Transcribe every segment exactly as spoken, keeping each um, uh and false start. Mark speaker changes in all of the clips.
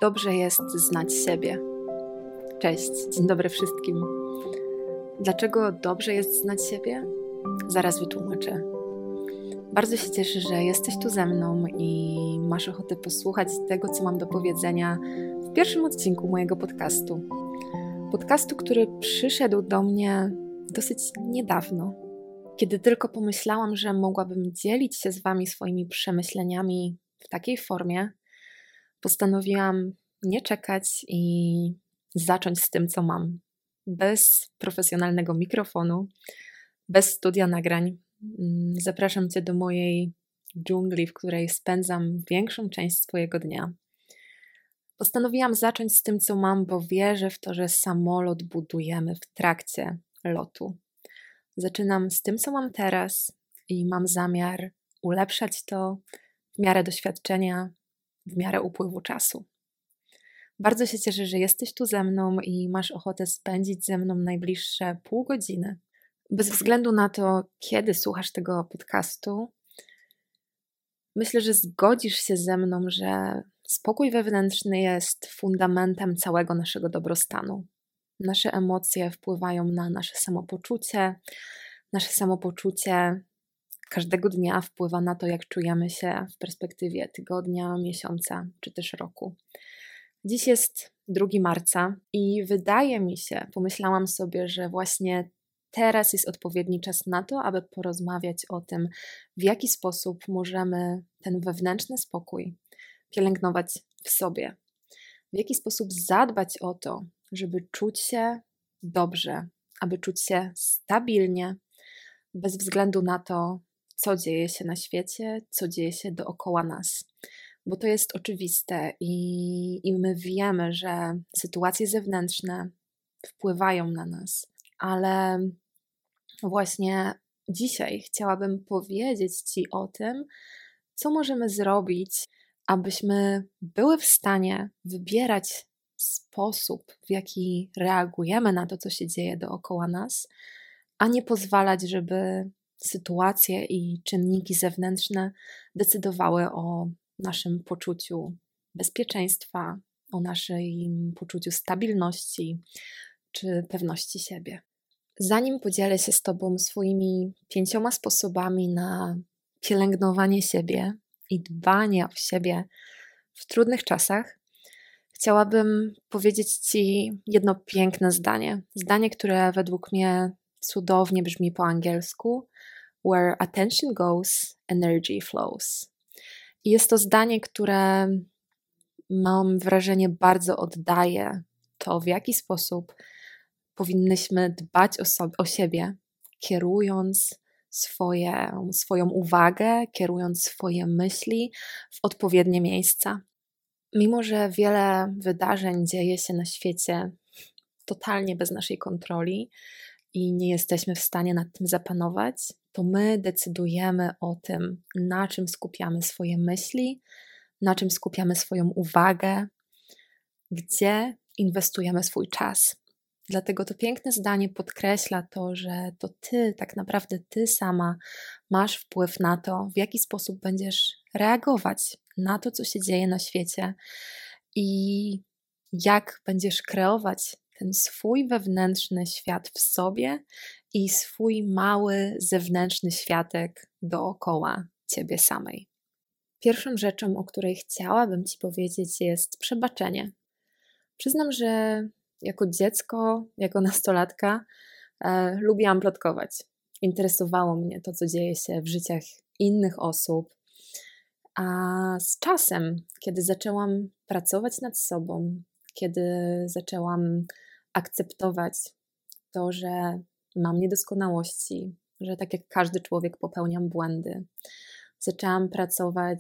Speaker 1: dobrze jest znać siebie. Cześć, dzień dobry wszystkim. Dlaczego dobrze jest znać siebie? Zaraz wytłumaczę. Bardzo się cieszę, że jesteś tu ze mną i masz ochotę posłuchać tego, co mam do powiedzenia w pierwszym odcinku mojego podcastu. Podcastu, który przyszedł do mnie dosyć niedawno, kiedy tylko pomyślałam, że mogłabym dzielić się z Wami swoimi przemyśleniami w takiej formie. Postanowiłam nie czekać i zacząć z tym, co mam. Bez profesjonalnego mikrofonu, bez studia nagrań. Zapraszam Cię do mojej dżungli, w której spędzam większą część swojego dnia. Postanowiłam zacząć z tym, co mam, bo wierzę w to, że samolot budujemy w trakcie lotu. Zaczynam z tym, co mam teraz i mam zamiar ulepszać to w miarę doświadczenia, w miarę upływu czasu. Bardzo się cieszę, że jesteś tu ze mną i masz ochotę spędzić ze mną najbliższe pół godziny. Bez względu na to, kiedy słuchasz tego podcastu, myślę, że zgodzisz się ze mną, że spokój wewnętrzny jest fundamentem całego naszego dobrostanu. Nasze emocje wpływają na nasze samopoczucie. Nasze samopoczucie każdego dnia wpływa na to, jak czujemy się w perspektywie tygodnia, miesiąca czy też roku. Dziś jest drugiego marca i wydaje mi się, pomyślałam sobie, że właśnie teraz jest odpowiedni czas na to, aby porozmawiać o tym, w jaki sposób możemy ten wewnętrzny spokój pielęgnować w sobie. W jaki sposób zadbać o to, żeby czuć się dobrze, aby czuć się stabilnie, bez względu na to, co dzieje się na świecie, co dzieje się dookoła nas. Bo to jest oczywiste i, i my wiemy, że sytuacje zewnętrzne wpływają na nas. Ale właśnie dzisiaj chciałabym powiedzieć Ci o tym, co możemy zrobić, abyśmy były w stanie wybierać sposób, w jaki reagujemy na to, co się dzieje dookoła nas, a nie pozwalać, żeby sytuacje i czynniki zewnętrzne decydowały o naszym poczuciu bezpieczeństwa, o naszym poczuciu stabilności czy pewności siebie. Zanim podzielę się z Tobą swoimi pięcioma sposobami na pielęgnowanie siebie i dbanie o siebie w trudnych czasach, chciałabym powiedzieć Ci jedno piękne zdanie. Zdanie, które według mnie cudownie brzmi po angielsku: Where attention goes, energy flows. I jest to zdanie, które mam wrażenie bardzo oddaje to, w jaki sposób powinnyśmy dbać o, sobie, o siebie, kierując swoje, swoją uwagę, kierując swoje myśli w odpowiednie miejsca. Mimo że wiele wydarzeń dzieje się na świecie totalnie bez naszej kontroli i nie jesteśmy w stanie nad tym zapanować, to my decydujemy o tym, na czym skupiamy swoje myśli, na czym skupiamy swoją uwagę, gdzie inwestujemy swój czas. Dlatego to piękne zdanie podkreśla to, że to Ty, tak naprawdę Ty sama masz wpływ na to, w jaki sposób będziesz reagować na to, co się dzieje na świecie i jak będziesz kreować ten swój wewnętrzny świat w sobie i swój mały zewnętrzny światek dookoła Ciebie samej. Pierwszą rzeczą, o której chciałabym Ci powiedzieć, jest przebaczenie. Przyznam, że jako dziecko, jako nastolatka e, lubiłam plotkować. Interesowało mnie to, co dzieje się w życiach innych osób. A z czasem, kiedy zaczęłam pracować nad sobą, kiedy zaczęłam akceptować to, że mam niedoskonałości, że tak jak każdy człowiek popełniam błędy, zaczęłam pracować,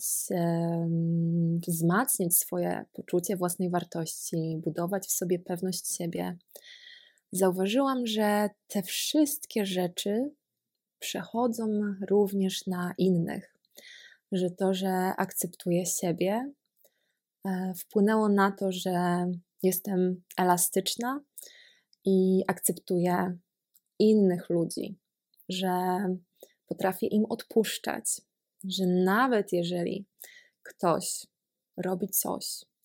Speaker 1: um, wzmacniać swoje poczucie własnej wartości, budować w sobie pewność siebie. Zauważyłam, że te wszystkie rzeczy przechodzą również na innych. Że to, że akceptuję siebie, e, wpłynęło na to, że jestem elastyczna i akceptuję innych ludzi, że potrafię im odpuszczać, że nawet jeżeli ktoś robi coś,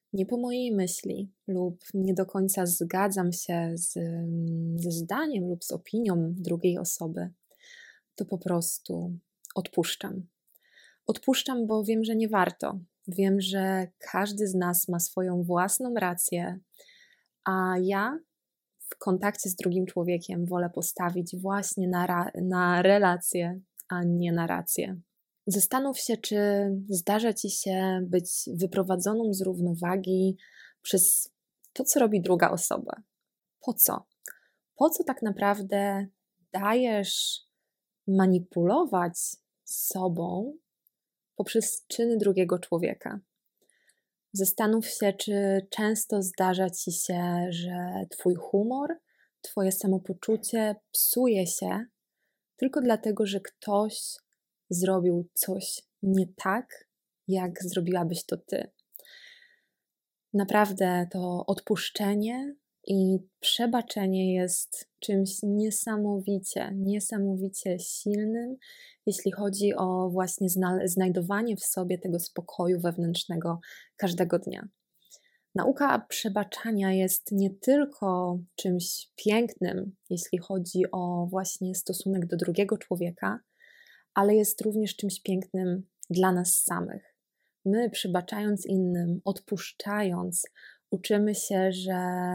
Speaker 1: nie po mojej myśli lub nie do końca zgadzam się z, ze zdaniem lub z opinią drugiej osoby, to po prostu odpuszczam. Odpuszczam, bo wiem, że nie warto. Wiem, że każdy z nas ma swoją własną rację, a ja w kontakcie z drugim człowiekiem wolę postawić właśnie na, ra- na relację, a nie na rację. Zastanów się, czy zdarza Ci się być wyprowadzoną z równowagi przez to, co robi druga osoba. Po co? Po co tak naprawdę dajesz manipulować sobą poprzez czyny drugiego człowieka? Zastanów się, czy często zdarza Ci się, że Twój humor, Twoje samopoczucie psuje się tylko dlatego, że ktoś zrobił coś nie tak, jak zrobiłabyś to Ty. Naprawdę to odpuszczenie i przebaczenie jest czymś niesamowicie, niesamowicie silnym, jeśli chodzi o właśnie znajdowanie w sobie tego spokoju wewnętrznego każdego dnia. Nauka przebaczania jest nie tylko czymś pięknym, jeśli chodzi o właśnie stosunek do drugiego człowieka, ale jest również czymś pięknym dla nas samych. My, przebaczając innym, odpuszczając, uczymy się, że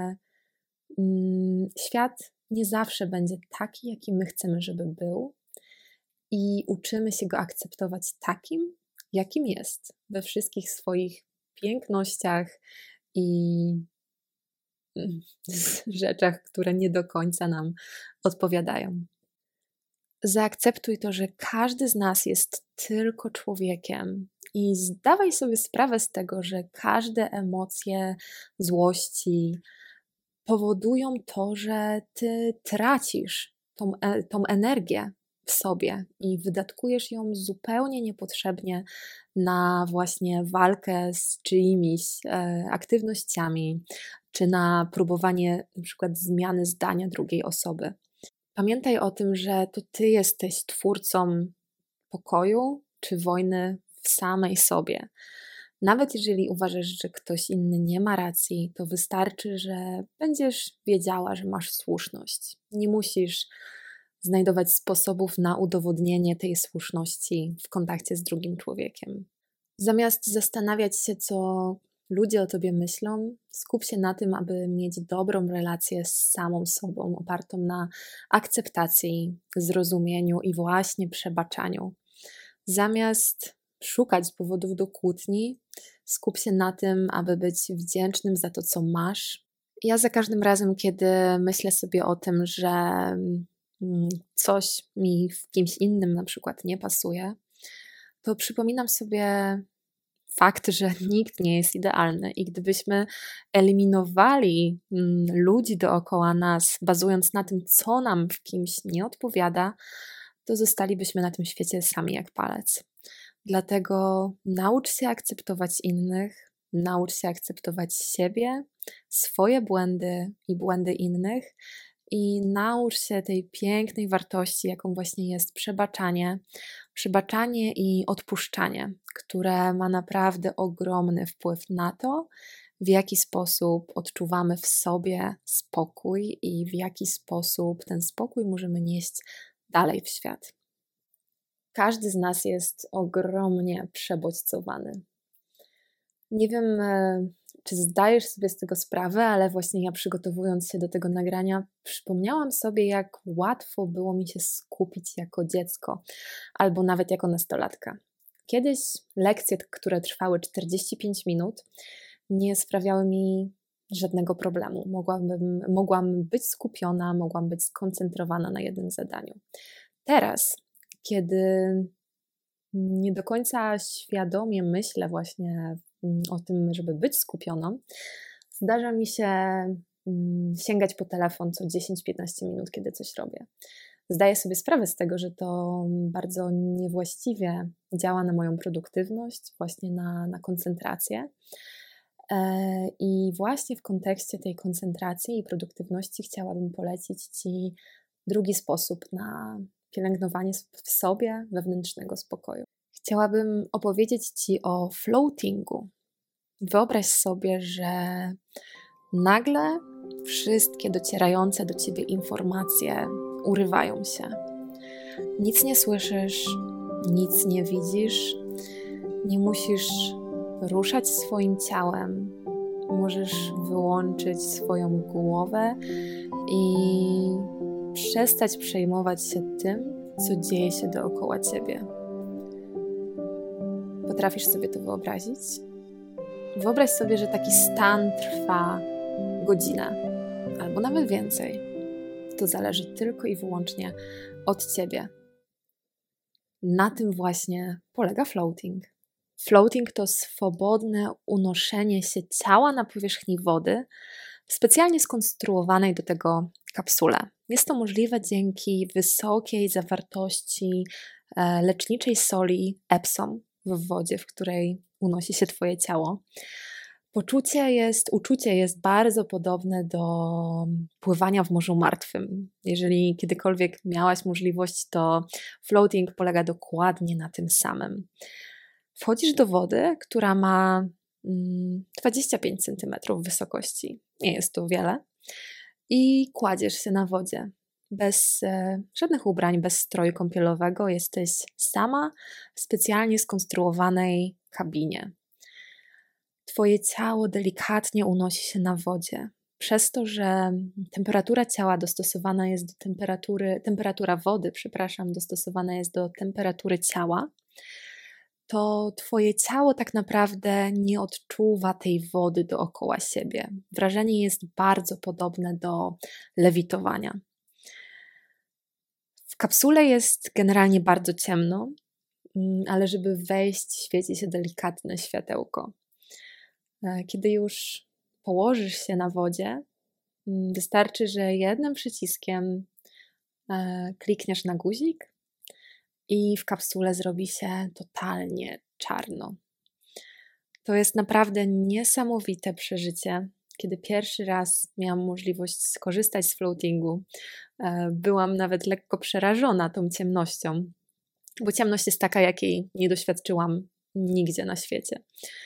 Speaker 1: mm, świat nie zawsze będzie taki, jaki my chcemy, żeby był, i uczymy się go akceptować takim, jakim jest, we wszystkich swoich pięknościach i rzeczach, które nie do końca nam odpowiadają. Zaakceptuj to, że każdy z nas jest tylko człowiekiem i zdawaj sobie sprawę z tego, że każde emocje złości powodują to, że ty tracisz tą, e- tą energię w sobie i wydatkujesz ją zupełnie niepotrzebnie na właśnie walkę z czyimiś e, aktywnościami, czy na próbowanie na przykład zmiany zdania drugiej osoby. Pamiętaj o tym, że to ty jesteś twórcą pokoju czy wojny w samej sobie. Nawet jeżeli uważasz, że ktoś inny nie ma racji, to wystarczy, że będziesz wiedziała, że masz słuszność. Nie musisz znajdować sposobów na udowodnienie tej słuszności w kontakcie z drugim człowiekiem. Zamiast zastanawiać się, co ludzie o tobie myślą, skup się na tym, aby mieć dobrą relację z samą sobą, opartą na akceptacji, zrozumieniu i właśnie przebaczaniu. Zamiast szukać powodów do kłótni, skup się na tym, aby być wdzięcznym za to, co masz. Ja za każdym razem, kiedy myślę sobie o tym, że coś mi w kimś innym na przykład nie pasuje, to przypominam sobie fakt, że nikt nie jest idealny i gdybyśmy eliminowali ludzi dookoła nas, bazując na tym, co nam w kimś nie odpowiada, to zostalibyśmy na tym świecie sami jak palec. Dlatego naucz się akceptować innych, naucz się akceptować siebie, swoje błędy i błędy innych i naucz się tej pięknej wartości, jaką właśnie jest przebaczanie, przebaczanie i odpuszczanie, które ma naprawdę ogromny wpływ na to, w jaki sposób odczuwamy w sobie spokój i w jaki sposób ten spokój możemy nieść dalej w świat. Każdy z nas jest ogromnie przebodźcowany. Nie wiem, czy zdajesz sobie z tego sprawę, ale właśnie ja, przygotowując się do tego nagrania, przypomniałam sobie, jak łatwo było mi się skupić jako dziecko albo nawet jako nastolatka. Kiedyś lekcje, które trwały czterdzieści pięć minut, nie sprawiały mi żadnego problemu. Mogłabym, mogłam być skupiona, mogłam być skoncentrowana na jednym zadaniu. Teraz, kiedy nie do końca świadomie myślę właśnie o tym, żeby być skupioną, zdarza mi się sięgać po telefon co dziesięć piętnaście minut, kiedy coś robię. Zdaję sobie sprawę z tego, że to bardzo niewłaściwie działa na moją produktywność, właśnie na, na koncentrację. I właśnie w kontekście tej koncentracji i produktywności chciałabym polecić Ci drugi sposób na pielęgnowanie w sobie wewnętrznego spokoju. Chciałabym opowiedzieć Ci o floatingu. Wyobraź sobie, że nagle wszystkie docierające do Ciebie informacje urywają się. Nic nie słyszysz, nic nie widzisz, nie musisz ruszać swoim ciałem, możesz wyłączyć swoją głowę i przestać przejmować się tym, co dzieje się dookoła Ciebie. Potrafisz sobie to wyobrazić? Wyobraź sobie, że taki stan trwa godzinę albo nawet więcej. To zależy tylko i wyłącznie od Ciebie. Na tym właśnie polega floating. Floating to swobodne unoszenie się ciała na powierzchni wody w specjalnie skonstruowanej do tego kapsule. Jest to możliwe dzięki wysokiej zawartości leczniczej soli Epsom w wodzie, w której unosi się Twoje ciało. Poczucie jest, uczucie jest bardzo podobne do pływania w Morzu Martwym. Jeżeli kiedykolwiek miałaś możliwość, to floating polega dokładnie na tym samym. Wchodzisz do wody, która ma dwadzieścia pięć centymetrów wysokości. Nie jest to wiele. I kładziesz się na wodzie. Bez e, żadnych ubrań, bez stroju kąpielowego. Jesteś sama w specjalnie skonstruowanej kabinie. Twoje ciało delikatnie unosi się na wodzie. Przez to, że temperatura ciała dostosowana jest do temperatury, temperatura wody, przepraszam, dostosowana jest do temperatury ciała, to Twoje ciało tak naprawdę nie odczuwa tej wody dookoła siebie. Wrażenie jest bardzo podobne do lewitowania. W kapsule jest generalnie bardzo ciemno, ale żeby wejść, świeci się delikatne światełko. Kiedy już położysz się na wodzie, wystarczy, że jednym przyciskiem klikniesz na guzik i w kapsule zrobi się totalnie czarno. To jest naprawdę niesamowite przeżycie. Kiedy pierwszy raz miałam możliwość skorzystać z floatingu, byłam nawet lekko przerażona tą ciemnością, bo ciemność jest taka, jakiej nie doświadczyłam nigdzie na świecie.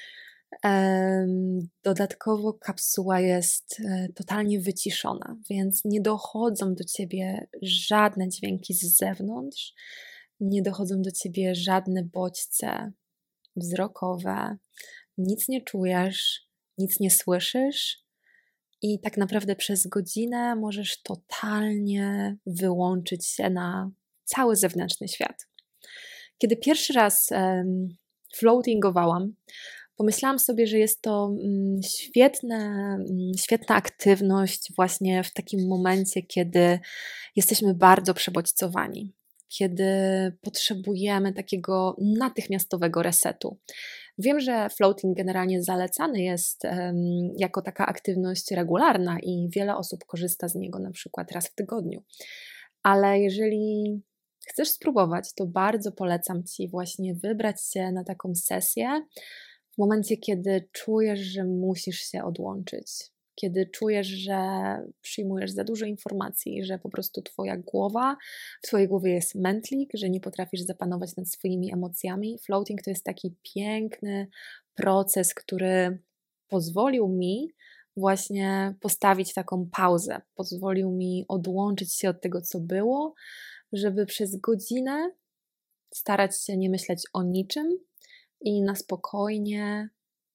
Speaker 1: Dodatkowo kapsuła jest totalnie wyciszona, więc nie dochodzą do Ciebie żadne dźwięki z zewnątrz, nie dochodzą do Ciebie żadne bodźce wzrokowe, nic nie czujesz, nic nie słyszysz i tak naprawdę przez godzinę możesz totalnie wyłączyć się na cały zewnętrzny świat. Kiedy pierwszy raz um, floatingowałam, pomyślałam sobie, że jest to um, świetne, um, świetna aktywność właśnie w takim momencie, kiedy jesteśmy bardzo przebodźcowani, kiedy potrzebujemy takiego natychmiastowego resetu. Wiem, że floating generalnie zalecany jest um, jako taka aktywność regularna i wiele osób korzysta z niego na przykład raz w tygodniu. Ale jeżeli chcesz spróbować, to bardzo polecam Ci właśnie wybrać się na taką sesję w momencie, kiedy czujesz, że musisz się odłączyć. Kiedy czujesz, że przyjmujesz za dużo informacji, że po prostu Twoja głowa, w Twojej głowie jest mętlik, że nie potrafisz zapanować nad swoimi emocjami. Floating to jest taki piękny proces, który pozwolił mi właśnie postawić taką pauzę. Pozwolił mi odłączyć się od tego, co było, żeby przez godzinę starać się nie myśleć o niczym i na spokojnie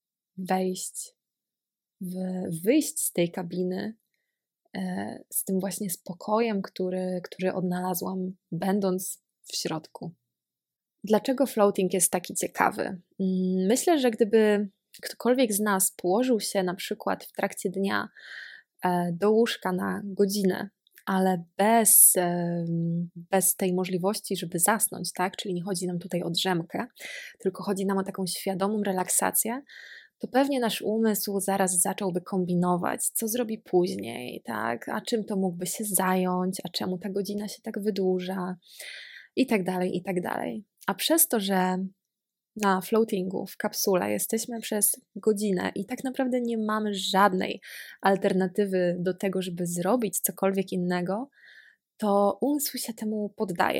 Speaker 1: wejść W, wyjść z tej kabiny e, z tym właśnie spokojem, który, który odnalazłam, będąc w środku. Dlaczego floating jest taki ciekawy? Myślę, że gdyby ktokolwiek z nas położył się na przykład w trakcie dnia e, do łóżka na godzinę, ale bez, e, bez tej możliwości, żeby zasnąć, tak? Czyli nie chodzi nam tutaj o drzemkę, tylko chodzi nam o taką świadomą relaksację, to pewnie nasz umysł zaraz zacząłby kombinować, co zrobi później, tak? A czym to mógłby się zająć, a czemu ta godzina się tak wydłuża i tak dalej, i tak dalej. A przez to, że na floatingu, w kapsule jesteśmy przez godzinę i tak naprawdę nie mamy żadnej alternatywy do tego, żeby zrobić cokolwiek innego, to umysł się temu poddaje.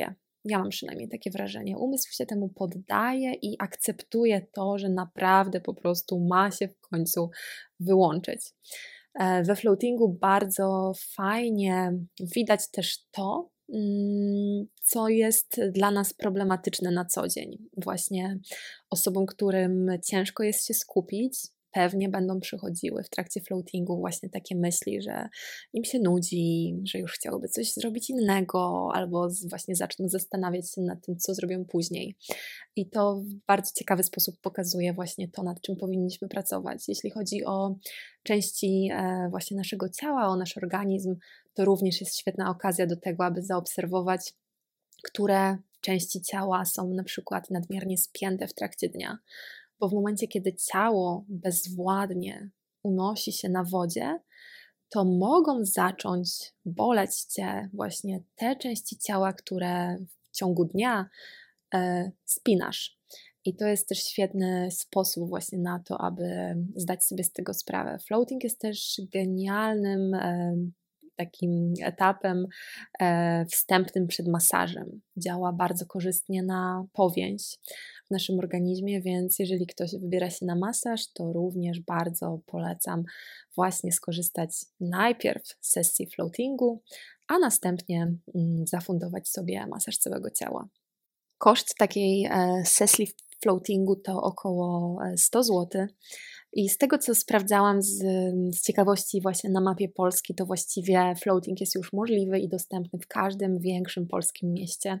Speaker 1: Ja mam przynajmniej takie wrażenie. Umysł się temu poddaje i akceptuje to, że naprawdę po prostu ma się w końcu wyłączyć. E, We floatingu bardzo fajnie widać też to, mm, co jest dla nas problematyczne na co dzień. Właśnie osobom, którym ciężko jest się skupić, pewnie będą przychodziły w trakcie floatingu właśnie takie myśli, że im się nudzi, że już chciałyby coś zrobić innego, albo z- właśnie zaczną zastanawiać się nad tym, co zrobią później. I to w bardzo ciekawy sposób pokazuje właśnie to, nad czym powinniśmy pracować. Jeśli chodzi o części e, właśnie naszego ciała, o nasz organizm, to również jest świetna okazja do tego, aby zaobserwować, które części ciała są na przykład nadmiernie spięte w trakcie dnia. Bo w momencie, kiedy ciało bezwładnie unosi się na wodzie, to mogą zacząć boleć Cię właśnie te części ciała, które w ciągu dnia e, spinasz. I to jest też świetny sposób właśnie na to, aby zdać sobie z tego sprawę. Floating jest też genialnym e, takim etapem e, wstępnym przed masażem. Działa bardzo korzystnie na powięź w naszym organizmie, więc jeżeli ktoś wybiera się na masaż, to również bardzo polecam właśnie skorzystać najpierw z sesji floatingu, a następnie mm, zafundować sobie masaż całego ciała. Koszt takiej e, sesji floatingu to około sto złotych. I z tego, co sprawdzałam z, z ciekawości właśnie na mapie Polski, to właściwie floating jest już możliwy i dostępny w każdym większym polskim mieście.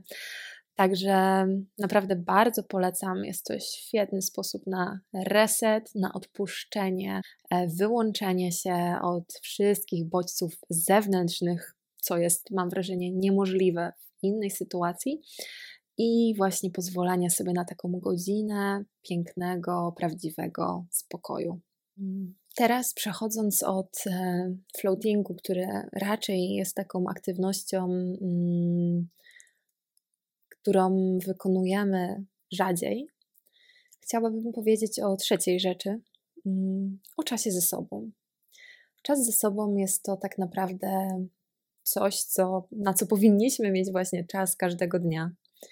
Speaker 1: Także naprawdę bardzo polecam. Jest to świetny sposób na reset, na odpuszczenie, e, wyłączenie się od wszystkich bodźców zewnętrznych, co jest, mam wrażenie, niemożliwe w innej sytuacji. I właśnie pozwolenia sobie na taką godzinę pięknego, prawdziwego spokoju. Teraz przechodząc od e, floatingu, który raczej jest taką aktywnością, mm, którą wykonujemy rzadziej, chciałabym powiedzieć o trzeciej rzeczy, mm, o czasie ze sobą. Czas ze sobą jest to tak naprawdę coś, co, na co powinniśmy mieć właśnie czas każdego dnia.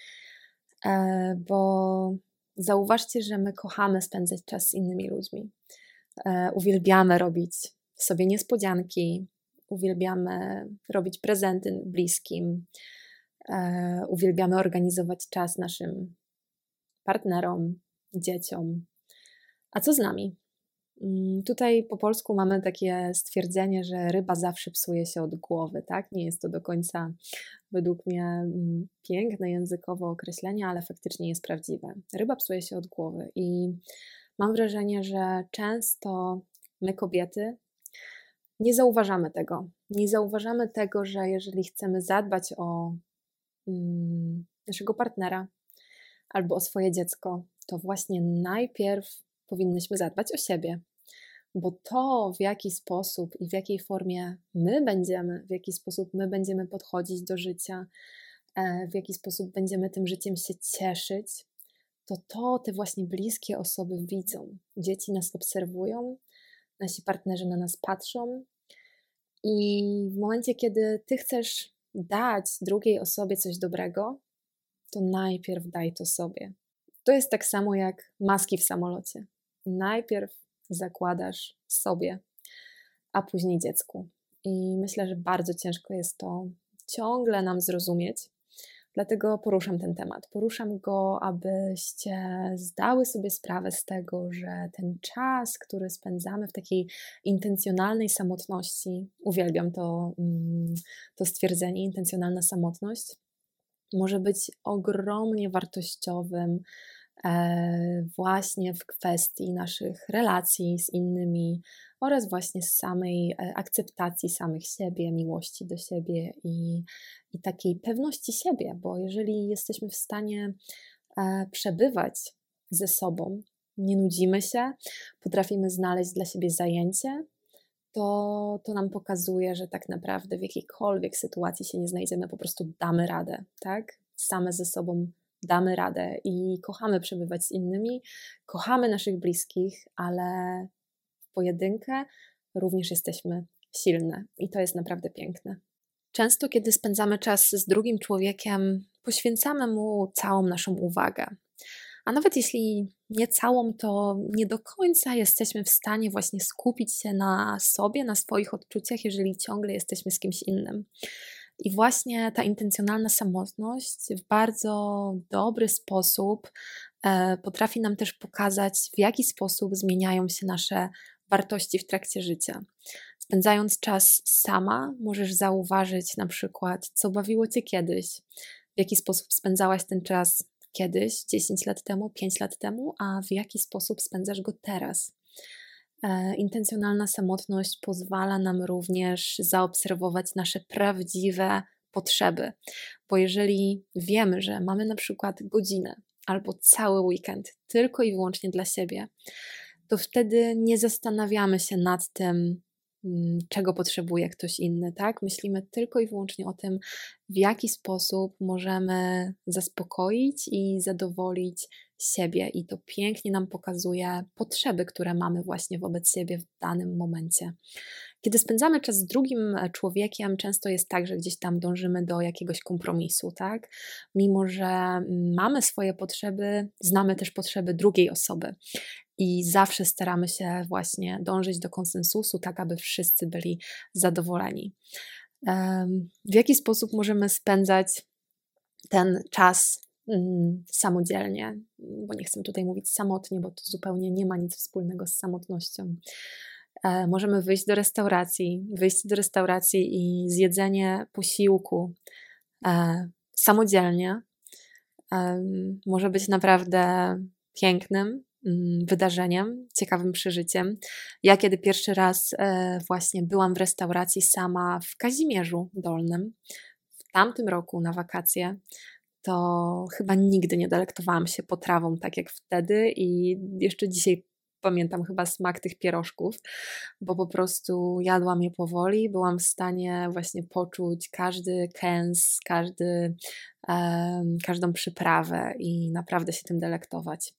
Speaker 1: E, bo zauważcie, że my kochamy spędzać czas z innymi ludźmi. E, uwielbiamy robić sobie niespodzianki, uwielbiamy robić prezenty bliskim, e, uwielbiamy organizować czas naszym partnerom, dzieciom. A co z nami? Tutaj po polsku mamy takie stwierdzenie, że ryba zawsze psuje się od głowy, tak? Nie jest to do końca według mnie piękne językowe określenie, ale faktycznie jest prawdziwe. Ryba psuje się od głowy i mam wrażenie, że często my kobiety nie zauważamy tego. Nie zauważamy tego, że jeżeli chcemy zadbać o mm, naszego partnera albo o swoje dziecko, to właśnie najpierw powinnyśmy zadbać o siebie. Bo to, w jaki sposób i w jakiej formie my będziemy, w jaki sposób my będziemy podchodzić do życia, w jaki sposób będziemy tym życiem się cieszyć, to to te właśnie bliskie osoby widzą. Dzieci nas obserwują, nasi partnerzy na nas patrzą i w momencie, kiedy ty chcesz dać drugiej osobie coś dobrego, to najpierw daj to sobie. To jest tak samo jak maski w samolocie. Najpierw zakładasz sobie, a później dziecku. I myślę, że bardzo ciężko jest to ciągle nam zrozumieć. Dlatego poruszam ten temat. Poruszam go, abyście zdały sobie sprawę z tego, że ten czas, który spędzamy w takiej intencjonalnej samotności, uwielbiam to, to stwierdzenie, intencjonalna samotność, może być ogromnie wartościowym właśnie w kwestii naszych relacji z innymi oraz właśnie z samej akceptacji samych siebie, miłości do siebie i, i takiej pewności siebie, bo jeżeli jesteśmy w stanie przebywać ze sobą, nie nudzimy się, potrafimy znaleźć dla siebie zajęcie, to, to nam pokazuje, że tak naprawdę w jakiejkolwiek sytuacji się nie znajdziemy, po prostu damy radę, tak? Same ze sobą damy radę i kochamy przebywać z innymi, kochamy naszych bliskich, ale w pojedynkę również jesteśmy silne i to jest naprawdę piękne. Często, kiedy spędzamy czas z drugim człowiekiem, poświęcamy mu całą naszą uwagę. A nawet jeśli nie całą, to nie do końca jesteśmy w stanie właśnie skupić się na sobie, na swoich odczuciach, jeżeli ciągle jesteśmy z kimś innym. I właśnie ta intencjonalna samotność w bardzo dobry sposób e, potrafi nam też pokazać, w jaki sposób zmieniają się nasze wartości w trakcie życia. Spędzając czas sama, możesz zauważyć na przykład, co bawiło Cię kiedyś, w jaki sposób spędzałaś ten czas kiedyś, dziesięć lat temu, pięć lat temu, a w jaki sposób spędzasz go teraz. E, intencjonalna samotność pozwala nam również zaobserwować nasze prawdziwe potrzeby, bo jeżeli wiemy, że mamy na przykład godzinę albo cały weekend tylko i wyłącznie dla siebie, to wtedy nie zastanawiamy się nad tym, czego potrzebuje ktoś inny, tak? Myślimy tylko i wyłącznie o tym, w jaki sposób możemy zaspokoić i zadowolić siebie, i to pięknie nam pokazuje potrzeby, które mamy właśnie wobec siebie w danym momencie. Kiedy spędzamy czas z drugim człowiekiem, często jest tak, że gdzieś tam dążymy do jakiegoś kompromisu, tak? Mimo że mamy swoje potrzeby, znamy też potrzeby drugiej osoby. I zawsze staramy się właśnie dążyć do konsensusu, tak aby wszyscy byli zadowoleni. W jaki sposób możemy spędzać ten czas samodzielnie? Bo nie chcę tutaj mówić samotnie, bo to zupełnie nie ma nic wspólnego z samotnością. Możemy wyjść do restauracji, wyjść do restauracji i zjedzenie posiłku samodzielnie może być naprawdę pięknym wydarzeniem, ciekawym przeżyciem. Ja kiedy pierwszy raz e, właśnie byłam w restauracji sama w Kazimierzu Dolnym, w tamtym roku na wakacje, to chyba nigdy nie delektowałam się potrawą tak jak wtedy i jeszcze dzisiaj pamiętam chyba smak tych pierożków, bo po prostu jadłam je powoli, byłam w stanie właśnie poczuć każdy kęs, każdy, e, każdą przyprawę i naprawdę się tym delektować.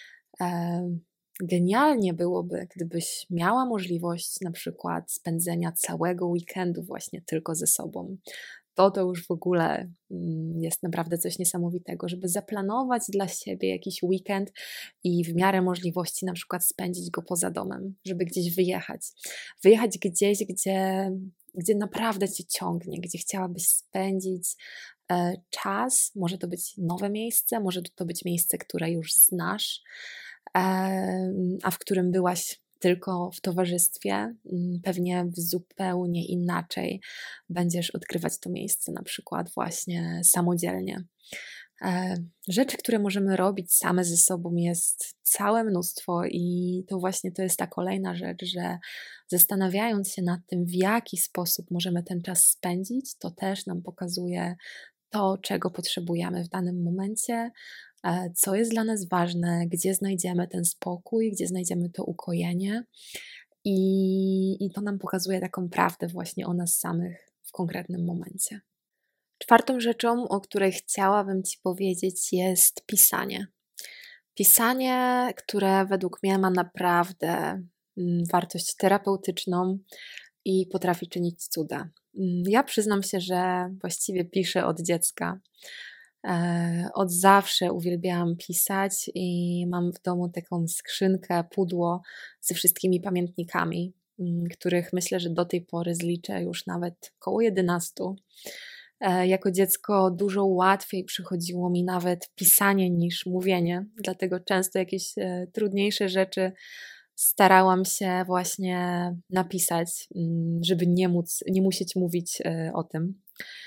Speaker 1: Genialnie byłoby, gdybyś miała możliwość na przykład spędzenia całego weekendu właśnie tylko ze sobą. To to już w ogóle jest naprawdę coś niesamowitego, żeby zaplanować dla siebie jakiś weekend i w miarę możliwości na przykład spędzić go poza domem, żeby gdzieś wyjechać. Wyjechać gdzieś, gdzie, gdzie naprawdę Cię ciągnie, gdzie chciałabyś spędzić e, czas. Może to być nowe miejsce, może to być miejsce, które już znasz, a w którym byłaś tylko w towarzystwie, pewnie zupełnie inaczej będziesz odkrywać to miejsce, na przykład właśnie samodzielnie. Rzeczy, które możemy robić same ze sobą jest całe mnóstwo i to właśnie to jest ta kolejna rzecz, że zastanawiając się nad tym, w jaki sposób możemy ten czas spędzić, to też nam pokazuje to, czego potrzebujemy w danym momencie, co jest dla nas ważne, gdzie znajdziemy ten spokój, gdzie znajdziemy to ukojenie i, i to nam pokazuje taką prawdę właśnie o nas samych w konkretnym momencie. Czwartą rzeczą, o której chciałabym Ci powiedzieć, jest pisanie. Pisanie, które według mnie ma naprawdę wartość terapeutyczną i potrafi czynić cuda. Ja przyznam się, że właściwie piszę od dziecka. Od zawsze uwielbiałam pisać i mam w domu taką skrzynkę, pudło ze wszystkimi pamiętnikami, których myślę, że do tej pory zliczę już nawet około jedenastu. Jako dziecko dużo łatwiej przychodziło mi nawet pisanie niż mówienie, dlatego często jakieś trudniejsze rzeczy starałam się właśnie napisać, żeby nie móc, nie musieć mówić o tym.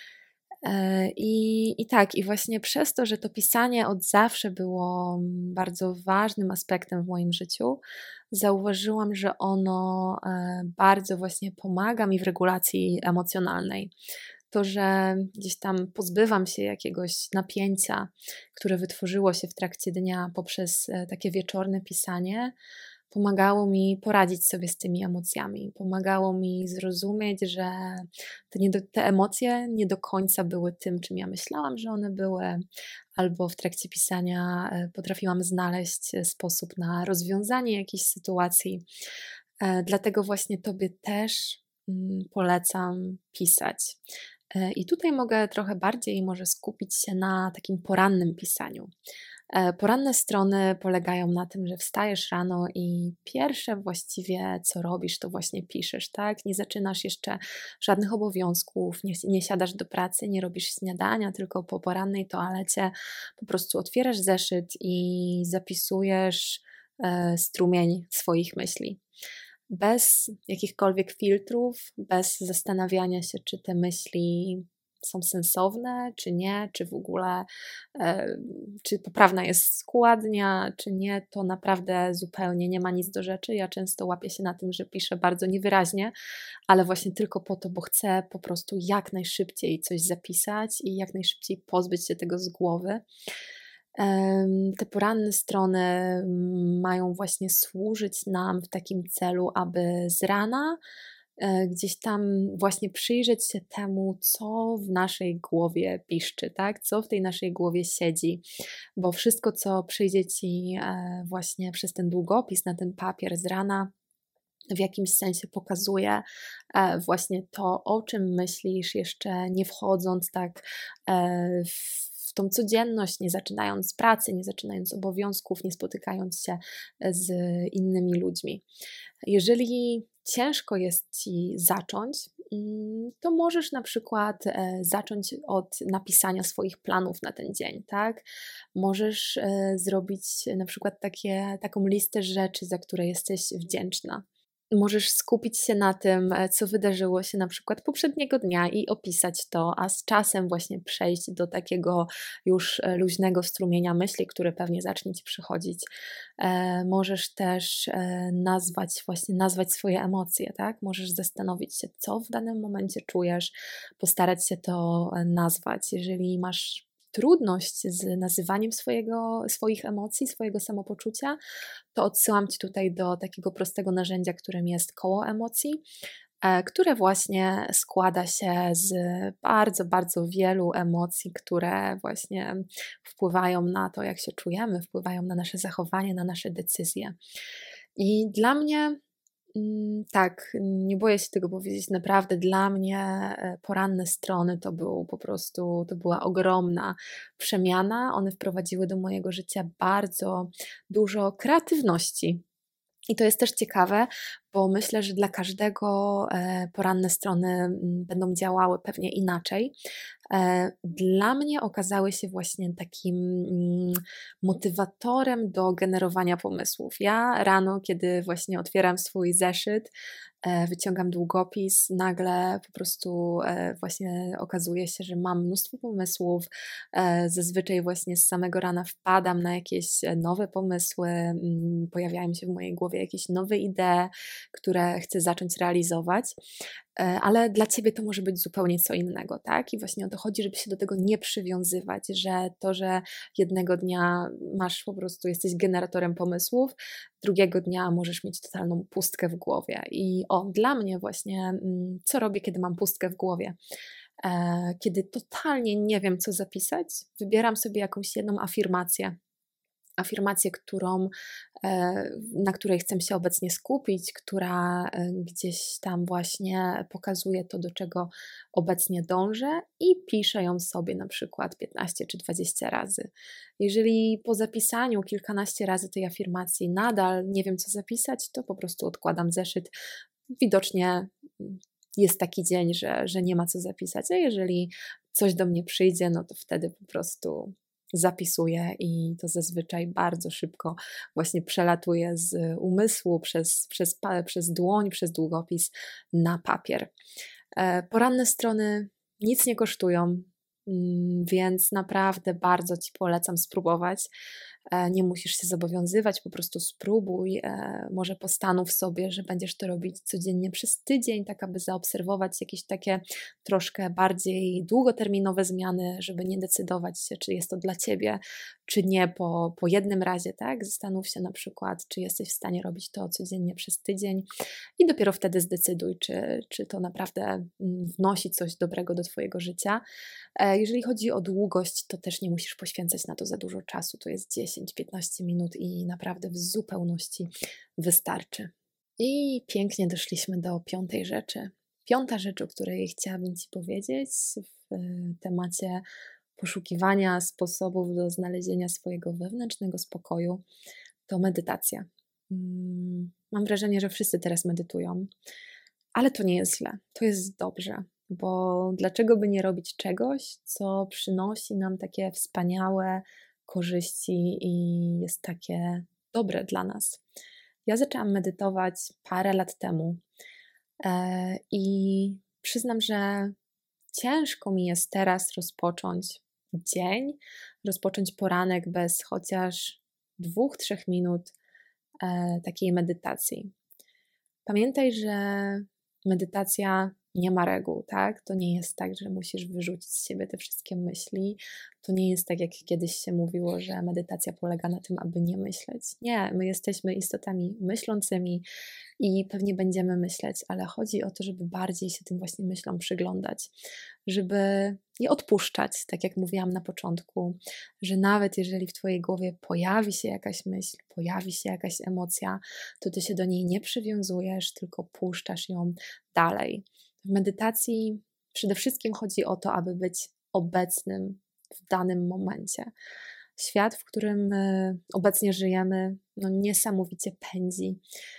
Speaker 1: I, I tak, i właśnie przez to, że to pisanie od zawsze było bardzo ważnym aspektem w moim życiu, zauważyłam, że ono bardzo właśnie pomaga mi w regulacji emocjonalnej. To, że gdzieś tam pozbywam się jakiegoś napięcia, które wytworzyło się w trakcie dnia poprzez takie wieczorne pisanie, pomagało mi poradzić sobie z tymi emocjami. Pomagało mi zrozumieć, że te, nie do, te emocje nie do końca były tym, czym ja myślałam, że one były, albo w trakcie pisania potrafiłam znaleźć sposób na rozwiązanie jakiejś sytuacji. Dlatego właśnie Tobie też polecam pisać. E, I tutaj mogę trochę bardziej może skupić się na takim porannym pisaniu. E, Poranne strony polegają na tym, że wstajesz rano i pierwsze właściwie co robisz, to właśnie piszesz, tak? Nie zaczynasz jeszcze żadnych obowiązków, nie, nie siadasz do pracy, nie robisz śniadania, tylko po porannej toalecie po prostu otwierasz zeszyt i zapisujesz e, strumień swoich myśli. Bez jakichkolwiek filtrów, bez zastanawiania się, czy te myśli są sensowne, czy nie, czy w ogóle, e, czy poprawna jest składnia, czy nie, to naprawdę zupełnie nie ma nic do rzeczy. Ja często łapię się na tym, że piszę bardzo niewyraźnie, ale właśnie tylko po to, bo chcę po prostu jak najszybciej coś zapisać i jak najszybciej pozbyć się tego z głowy. Em, Te poranne strony mm, mają właśnie służyć nam w takim celu, aby z rana e, gdzieś tam właśnie przyjrzeć się temu, co w naszej głowie piszczy, tak? Co w tej naszej głowie siedzi, bo wszystko, co przyjdzie Ci e, właśnie przez ten długopis na ten papier z rana, w jakimś sensie pokazuje e, właśnie to, o czym myślisz, jeszcze nie wchodząc tak e, w w tą codzienność, nie zaczynając z pracy, nie zaczynając obowiązków, nie spotykając się z innymi ludźmi. Jeżeli ciężko jest Ci zacząć, mm, to możesz na przykład e, zacząć od napisania swoich planów na ten dzień, tak? Możesz e, zrobić na przykład takie, taką listę rzeczy, za które jesteś wdzięczna. Możesz skupić się na tym, e, co wydarzyło się na przykład poprzedniego dnia i opisać to, a z czasem właśnie przejść do takiego już e, luźnego strumienia myśli, który pewnie zacznie Ci przychodzić. E, możesz też e, nazwać, właśnie nazwać swoje emocje, tak? Możesz zastanowić się, co w danym momencie czujesz, postarać się to e, nazwać. Jeżeli masz trudność z nazywaniem swojego, swoich emocji, swojego samopoczucia, to odsyłam Cię tutaj do takiego prostego narzędzia, którym jest koło emocji, e, które właśnie składa się z bardzo, bardzo wielu emocji, które właśnie wpływają na to, jak się czujemy, wpływają na nasze zachowanie, na nasze decyzje. I dla mnie Mm, tak, nie boję się tego powiedzieć. Naprawdę dla mnie e, poranne strony to był po prostu, to była ogromna przemiana. One wprowadziły do mojego życia bardzo dużo kreatywności. I to jest też ciekawe, bo myślę, że dla każdego e, poranne strony mm, będą działały pewnie inaczej. E, Dla mnie okazały się właśnie takim mm, motywatorem do generowania pomysłów. Ja rano, kiedy właśnie otwieram swój zeszyt, e, wyciągam długopis, nagle po prostu e, właśnie okazuje się, że mam mnóstwo pomysłów. E, Zazwyczaj właśnie z samego rana wpadam na jakieś e, nowe pomysły, mm, pojawiają się w mojej głowie jakieś nowe idee, które chcę zacząć realizować. E, ale dla Ciebie to może być zupełnie co innego, tak? I właśnie o to chodzi, żeby się do tego nie przywiązywać, że to, że jednego dnia masz po prostu, jesteś generatorem pomysłów, drugiego dnia możesz mieć totalną pustkę w głowie. I o, dla mnie właśnie, mm, co robię, kiedy mam pustkę w głowie? E, Kiedy totalnie nie wiem, co zapisać, wybieram sobie jakąś jedną afirmację, afirmację, którą, e, na której chcę się obecnie skupić, która e, gdzieś tam właśnie pokazuje to, do czego obecnie dążę i piszę ją sobie na przykład piętnaście czy dwadzieścia razy. Jeżeli po zapisaniu kilkanaście razy tej afirmacji nadal nie wiem, co zapisać, to po prostu odkładam zeszyt. Widocznie jest taki dzień, że, że nie ma co zapisać, a jeżeli coś do mnie przyjdzie, no to wtedy po prostu zapisuję i to zazwyczaj bardzo szybko właśnie przelatuje z umysłu przez, przez, przez dłoń, przez długopis na papier. E, Poranne strony nic nie kosztują, mm, więc naprawdę bardzo Ci polecam spróbować. E, Nie musisz się zobowiązywać, po prostu spróbuj. e, Może postanów sobie, że będziesz to robić codziennie przez tydzień, tak aby zaobserwować jakieś takie troszkę bardziej długoterminowe zmiany, żeby nie decydować się, czy jest to dla Ciebie, czy nie po, po jednym razie, tak? Zastanów się na przykład, czy jesteś w stanie robić to codziennie przez tydzień i dopiero wtedy zdecyduj, czy, czy to naprawdę mm, wnosi coś dobrego do Twojego życia. E, Jeżeli chodzi o długość, to też nie musisz poświęcać na to za dużo czasu. To jest dziesięć piętnaście minut i naprawdę w zupełności wystarczy. I pięknie doszliśmy do piątej rzeczy. Piąta rzecz, o której chciałabym Ci powiedzieć w temacie poszukiwania sposobów do znalezienia swojego wewnętrznego spokoju, to medytacja. Mm, Mam wrażenie, że wszyscy teraz medytują, ale to nie jest źle, to jest dobrze, bo dlaczego by nie robić czegoś, co przynosi nam takie wspaniałe korzyści i jest takie dobre dla nas. Ja zaczęłam medytować parę lat temu e, i przyznam, że ciężko mi jest teraz rozpocząć dzień, rozpocząć poranek bez chociaż dwóch, trzech minut e, takiej medytacji. Pamiętaj, że medytacja nie ma reguł, tak? To nie jest tak, że musisz wyrzucić z siebie te wszystkie myśli. To nie jest tak, jak kiedyś się mówiło, że medytacja polega na tym, aby nie myśleć. Nie, my jesteśmy istotami myślącymi i pewnie będziemy myśleć, ale chodzi o to, żeby bardziej się tym właśnie myślom przyglądać, żeby je odpuszczać, tak jak mówiłam na początku, że nawet jeżeli w Twojej głowie pojawi się jakaś myśl, pojawi się jakaś emocja, to Ty się do niej nie przywiązujesz, tylko puszczasz ją dalej. W medytacji przede wszystkim chodzi o to, aby być obecnym w danym momencie. Świat, w którym obecnie żyjemy, no niesamowicie pędzi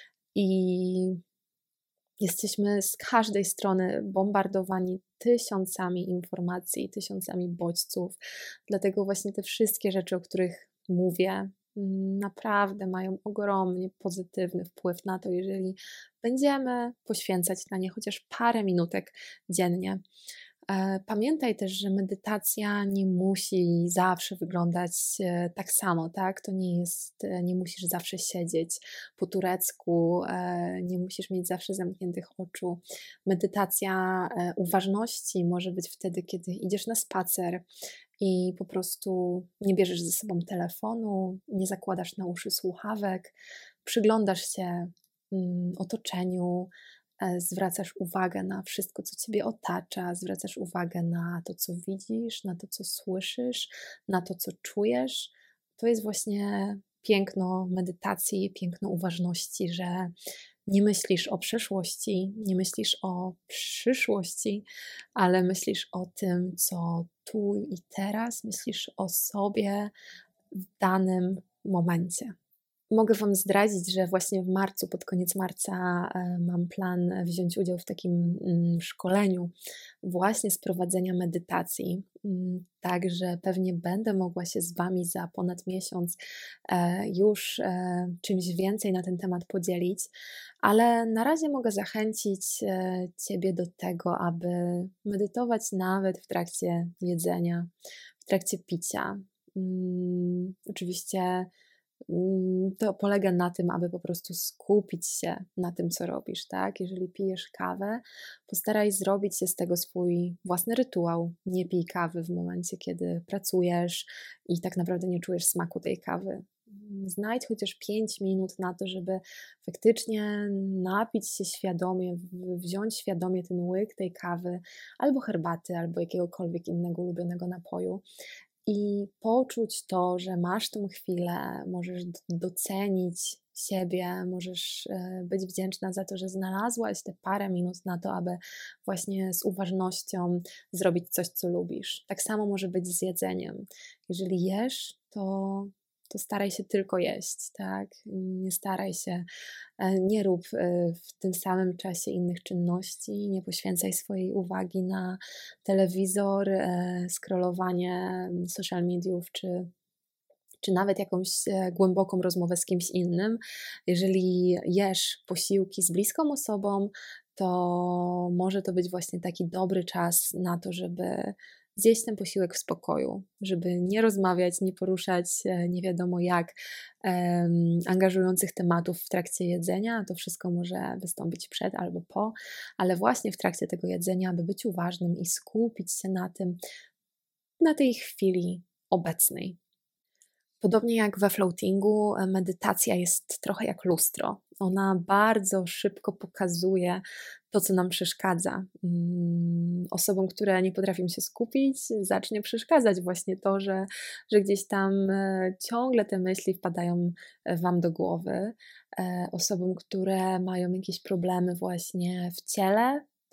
Speaker 1: i jesteśmy z każdej strony bombardowani tysiącami informacji, tysiącami bodźców. Dlatego właśnie te wszystkie rzeczy, o których mówię, naprawdę mają ogromnie pozytywny wpływ na to, jeżeli będziemy poświęcać na nie chociaż parę minutek dziennie. Pamiętaj też, że medytacja nie musi zawsze wyglądać tak samo, tak? To nie jest, nie musisz zawsze siedzieć po turecku, nie musisz mieć zawsze zamkniętych oczu. Medytacja uważności może być wtedy, kiedy idziesz na spacer i po prostu nie bierzesz ze sobą telefonu, nie zakładasz na uszy słuchawek, przyglądasz się otoczeniu, zwracasz uwagę na wszystko, co Ciebie otacza, zwracasz uwagę na to, co widzisz, na to, co słyszysz, na to, co czujesz. To jest właśnie piękno medytacji, piękno uważności, że nie myślisz o przeszłości, nie myślisz o przyszłości, ale myślisz o tym, co tu i teraz, myślisz o sobie w danym momencie. Mogę Wam zdradzić, że właśnie w marcu, pod koniec marca mam plan wziąć udział w takim szkoleniu właśnie z prowadzenia medytacji. Także pewnie będę mogła się z Wami za ponad miesiąc już czymś więcej na ten temat podzielić, ale na razie mogę zachęcić Ciebie do tego, aby medytować nawet w trakcie jedzenia, w trakcie picia. Oczywiście to polega na tym, aby po prostu skupić się na tym, co robisz, tak? Jeżeli pijesz kawę, postaraj zrobić się z tego swój własny rytuał. Nie pij kawy w momencie, kiedy pracujesz i tak naprawdę nie czujesz smaku tej kawy. Znajdź chociaż pięć minut na to, żeby faktycznie napić się świadomie, wziąć świadomie ten łyk tej kawy, albo herbaty, albo jakiegokolwiek innego ulubionego napoju. I poczuć to, że masz tą chwilę, możesz docenić siebie, możesz być wdzięczna za to, że znalazłaś te parę minut na to, aby właśnie z uważnością zrobić coś, co lubisz. Tak samo może być z jedzeniem. Jeżeli jesz, to to staraj się tylko jeść, tak? Nie staraj się, nie rób w tym samym czasie innych czynności, nie poświęcaj swojej uwagi na telewizor, scrollowanie social mediów, czy, czy nawet jakąś głęboką rozmowę z kimś innym. Jeżeli jesz posiłki z bliską osobą, to może to być właśnie taki dobry czas na to, żeby zjeść ten posiłek w spokoju, żeby nie rozmawiać, nie poruszać nie wiadomo jak um, angażujących tematów w trakcie jedzenia. To wszystko może wystąpić przed albo po, ale właśnie w trakcie tego jedzenia, aby być uważnym i skupić się na tym, na tej chwili obecnej. Podobnie jak we floatingu, medytacja jest trochę jak lustro. Ona bardzo szybko pokazuje to, co nam przeszkadza. Osobom, które nie potrafią się skupić, zacznie przeszkadzać właśnie to, że, że gdzieś tam ciągle te myśli wpadają Wam do głowy. Osobom, które mają jakieś problemy właśnie w ciele,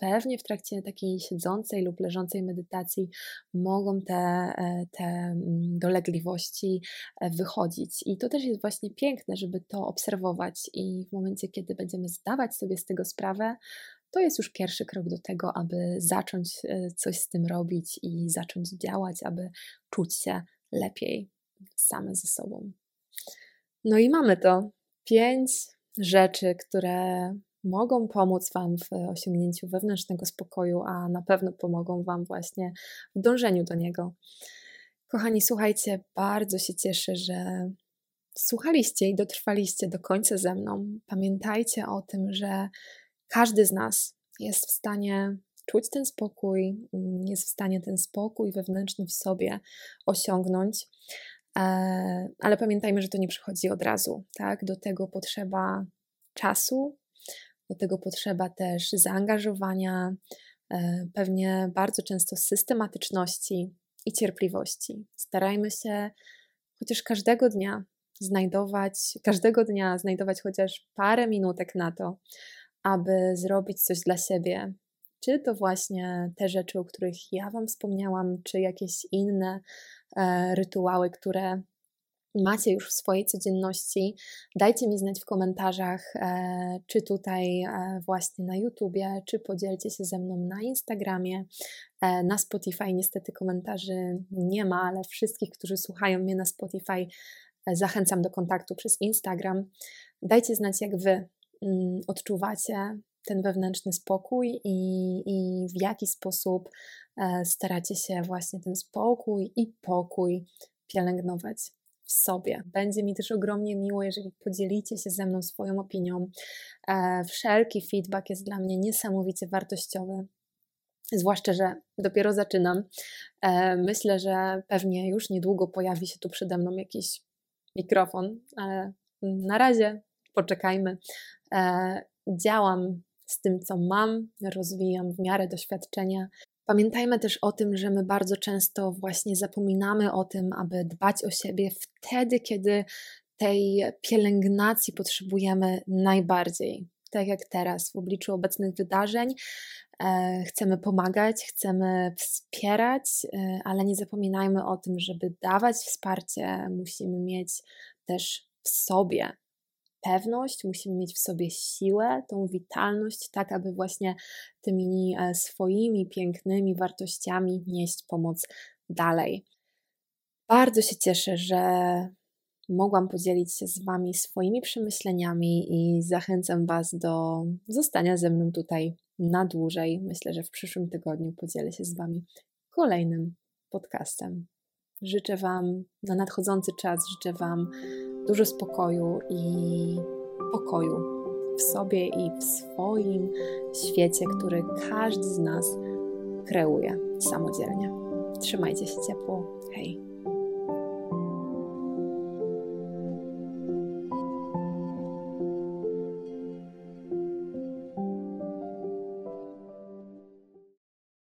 Speaker 1: pewnie w trakcie takiej siedzącej lub leżącej medytacji mogą te, te dolegliwości wychodzić. I to też jest właśnie piękne, żeby to obserwować i w momencie, kiedy będziemy zdawać sobie z tego sprawę, to jest już pierwszy krok do tego, aby zacząć coś z tym robić i zacząć działać, aby czuć się lepiej same ze sobą. No i mamy to. Pięć rzeczy, które mogą pomóc Wam w osiągnięciu wewnętrznego spokoju, a na pewno pomogą Wam właśnie w dążeniu do niego. Kochani, słuchajcie, bardzo się cieszę, że słuchaliście i dotrwaliście do końca ze mną. Pamiętajcie o tym, że każdy z nas jest w stanie czuć ten spokój, jest w stanie ten spokój wewnętrzny w sobie osiągnąć, ale pamiętajmy, że to nie przychodzi od razu, tak? Do tego potrzeba czasu, do tego potrzeba też zaangażowania, pewnie bardzo często systematyczności i cierpliwości. Starajmy się chociaż każdego dnia znajdować, każdego dnia znajdować chociaż parę minutek na to, aby zrobić coś dla siebie. Czy to właśnie te rzeczy, o których ja Wam wspomniałam, czy jakieś inne e, rytuały, które macie już w swojej codzienności. Dajcie mi znać w komentarzach, e, czy tutaj e, właśnie na YouTubie, czy podzielcie się ze mną na Instagramie, e, na Spotify. Niestety komentarzy nie ma, ale wszystkich, którzy słuchają mnie na Spotify, e, zachęcam do kontaktu przez Instagram. Dajcie znać, jak Wy mm, odczuwacie ten wewnętrzny spokój i, i w jaki sposób e, staracie się właśnie ten spokój i pokój pielęgnować w sobie. Będzie mi też ogromnie miło, jeżeli podzielicie się ze mną swoją opinią. E, wszelki feedback jest dla mnie niesamowicie wartościowy. Zwłaszcza, że dopiero zaczynam. E, myślę, że pewnie już niedługo pojawi się tu przede mną jakiś mikrofon, ale na razie poczekajmy. E, działam z tym, co mam, rozwijam w miarę doświadczenia. Pamiętajmy też o tym, że my bardzo często właśnie zapominamy o tym, aby dbać o siebie wtedy, kiedy tej pielęgnacji potrzebujemy najbardziej. Tak jak teraz, w obliczu obecnych wydarzeń, e, chcemy pomagać, chcemy wspierać, e, ale nie zapominajmy o tym, żeby dawać wsparcie, musimy mieć też w sobie pewność, musimy mieć w sobie siłę, tą witalność, tak aby właśnie tymi swoimi pięknymi wartościami nieść pomoc dalej. Bardzo się cieszę, że mogłam podzielić się z Wami swoimi przemyśleniami i zachęcam Was do zostania ze mną tutaj na dłużej. Myślę, że w przyszłym tygodniu podzielę się z Wami kolejnym podcastem. Życzę Wam na nadchodzący czas, życzę Wam dużo spokoju i pokoju w sobie i w swoim świecie, który każdy z nas kreuje samodzielnie. Trzymajcie się ciepło. Hej!